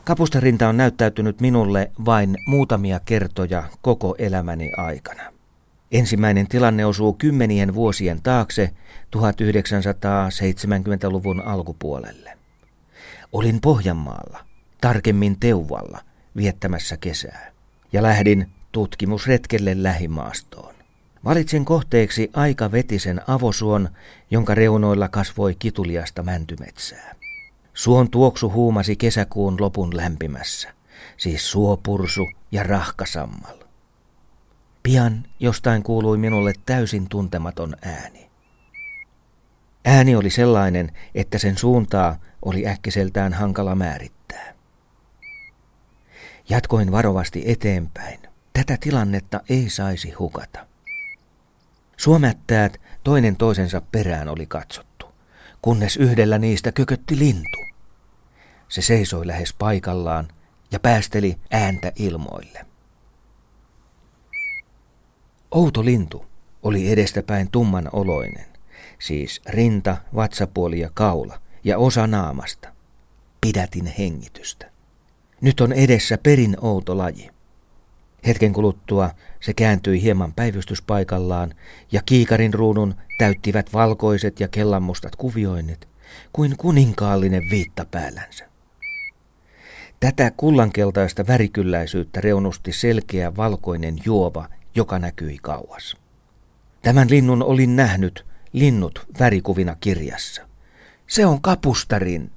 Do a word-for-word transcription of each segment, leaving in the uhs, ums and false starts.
Kapustarinta on näyttäytynyt minulle vain muutamia kertoja koko elämäni aikana. Ensimmäinen tilanne osuu kymmenien vuosien taakse tuhatyhdeksänsataaseitsemänkymmentäluvun alkupuolelle. Olin Pohjanmaalla, tarkemmin Teuvalla, viettämässä kesää ja lähdin tutkimusretkelle lähimaastoon. Valitsin kohteeksi aika vetisen avosuon, jonka reunoilla kasvoi kituliasta mäntymetsää. Suon tuoksu huumasi kesäkuun lopun lämpimässä, siis suopursu ja rahkasammal. Pian jostain kuului minulle täysin tuntematon ääni. Ääni oli sellainen, että sen suuntaa oli äkkiseltään hankala määrittää. Jatkoin varovasti eteenpäin. Tätä tilannetta ei saisi hukata. Suomättäät toinen toisensa perään oli katsottu, kunnes yhdellä niistä kökötti lintu. Se seisoi lähes paikallaan ja päästeli ääntä ilmoille. Outo lintu oli edestäpäin tumman oloinen, siis rinta, vatsapuoli ja kaula ja osa naamasta. Pidätin hengitystä. Nyt on edessä perin outo laji. Hetken kuluttua se kääntyi hieman päivystyspaikallaan ja kiikarin ruudun täyttivät valkoiset ja kellanmustat kuvioinnit kuin kuninkaallinen viitta päällänsä. Tätä kullankeltaista värikylläisyyttä reunusti selkeä valkoinen juova, joka näkyi kauas. Tämän linnun olin nähnyt Linnut värikuvina kirjassa. Se on kapustarinta.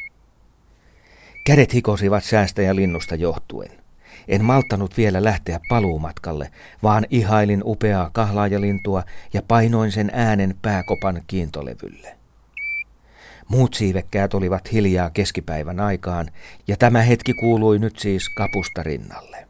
Kädet hikosivat säästä ja linnusta johtuen. En malttanut vielä lähteä paluumatkalle, vaan ihailin upeaa kahlaajalintua ja painoin sen äänen pääkopan kiintolevylle. Muut siivekkäät olivat hiljaa keskipäivän aikaan, ja tämä hetki kuului nyt siis kapustarinnalle.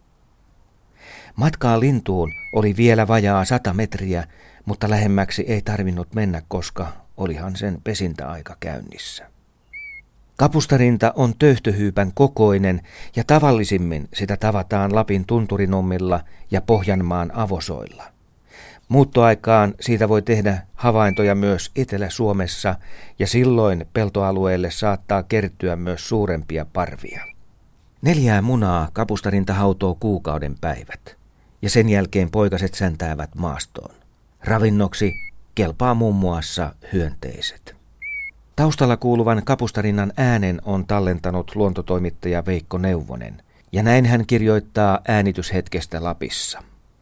Matkaa lintuun oli vielä vajaa sata metriä, mutta lähemmäksi ei tarvinnut mennä, koska olihan sen pesintäaika käynnissä. Kapustarinta on töyhtöhyypän kokoinen ja tavallisimmin sitä tavataan Lapin tunturinommilla ja Pohjanmaan avosoilla. Muuttoaikaan siitä voi tehdä havaintoja myös Etelä-Suomessa ja silloin peltoalueelle saattaa kertyä myös suurempia parvia. Neljää munaa kapustarinta hautoo kuukauden päivät ja sen jälkeen poikaset säntäävät maastoon. Ravinnoksi kelpaa muun muassa hyönteiset. Taustalla kuuluvan kapustarinnan äänen on tallentanut luontotoimittaja Veikko Neuvonen, ja näin hän kirjoittaa äänityshetkestä Lapissa.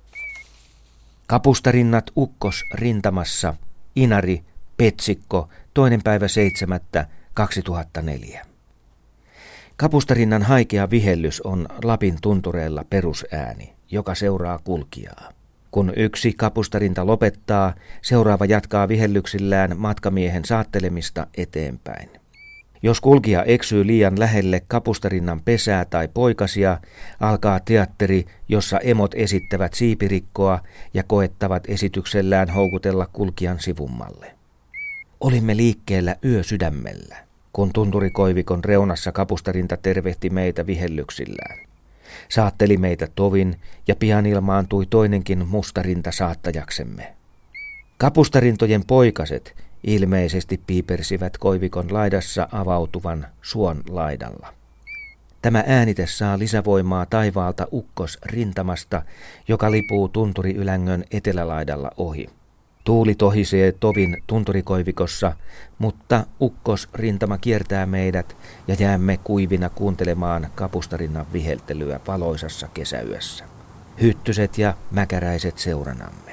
Kapustarinnat ukkos rintamassa, Inari, Petsikko, toinen päivä seitsemättä kaksituhattaneljä. Kapustarinnan haikea vihellys on Lapin tuntureilla perusääni, joka seuraa kulkijaa. Kun yksi kapustarinta lopettaa, seuraava jatkaa vihellyksillään matkamiehen saattelemista eteenpäin. Jos kulkija eksyy liian lähelle kapustarinnan pesää tai poikasia, alkaa teatteri, jossa emot esittävät siipirikkoa ja koettavat esityksellään houkutella kulkijan sivummalle. Olimme liikkeellä yösydämellä, kun tunturikoivikon reunassa kapustarinta tervehti meitä vihellyksillään. Saatteli meitä tovin ja pian ilmaantui toinenkin mustarinta saattajaksemme. Kapustarintojen poikaset ilmeisesti piipersivät koivikon laidassa avautuvan suon laidalla. Tämä äänite saa lisävoimaa taivaalta ukkos rintamasta, joka lipuu tunturiylängön etelälaidalla ohi. Tuuli tohisee tovin tunturikoivikossa, mutta ukkos rintama kiertää meidät ja jäämme kuivina kuuntelemaan kapustarinnan viheltelyä valoisassa kesäyössä. Hyttyset ja mäkäräiset seuranamme.